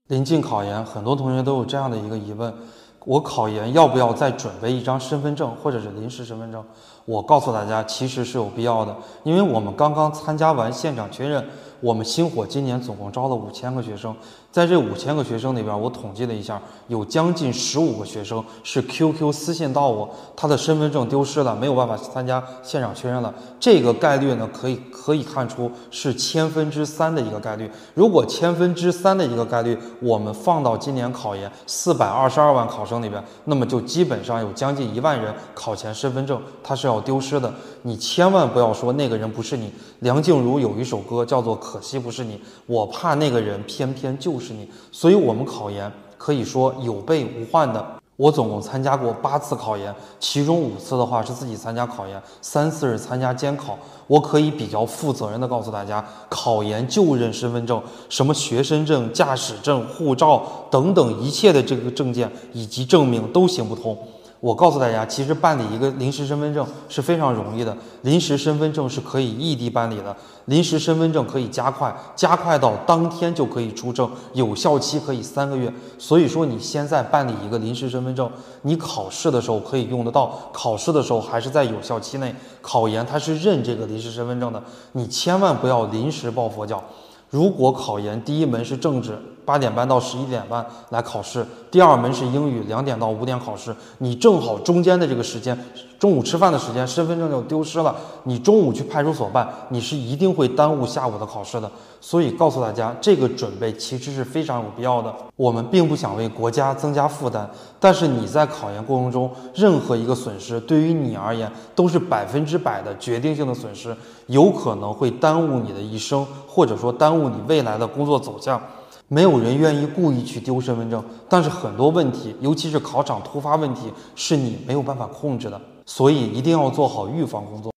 临近考研，很多同学都有这样的一个疑问：我考研要不要再准备一张身份证或者是临时身份证？我告诉大家，其实是有必要的，因为我们刚刚参加完现场确认，我们星火今年总共招了5000个学生，在这5000个学生里边，我统计了一下，有将近15个学生是 QQ 私信到我，他的身份证丢失了，没有办法参加现场确认了。这个概率呢，可以看出是3%的一个概率。如果3%的一个概率，我们放到今年考研422万考生里边，那么就基本上有将近1万人考前身份证它是要丢失的。你千万不要说那个人不是你。梁静茹有一首歌叫做《可惜不是你》，我怕那个人偏偏就是你。所以我们考研可以说有备无患的。我总共参加过8次考研，其中5次的话是自己参加考研，3次是参加监考。我可以比较负责任的告诉大家，考研就认身份证，什么学生证、驾驶证、护照等等一切的这个证件以及证明都行不通。我告诉大家，其实办理一个临时身份证是非常容易的，临时身份证是可以异地办理的，临时身份证可以加快到当天就可以出证，有效期可以3个月。所以说你现在办理一个临时身份证，你考试的时候可以用得到，考试的时候还是在有效期内。考研它是认这个临时身份证的，你千万不要临时抱佛脚。如果考研第一门是政治，8点半到11点半来考试，第2门是英语，2点到5点考试，你正好中间的这个时间，中午吃饭的时间，身份证就丢失了，你中午去派出所办，你是一定会耽误下午的考试的。所以告诉大家，这个准备其实是非常有必要的。我们并不想为国家增加负担，但是你在考研过程中任何一个损失，对于你而言都是100%的决定性的损失，有可能会耽误你的一生，或者说耽误你未来的工作走向。没有人愿意故意去丢身份证，但是很多问题，尤其是考场突发问题，是你没有办法控制的，所以一定要做好预防工作。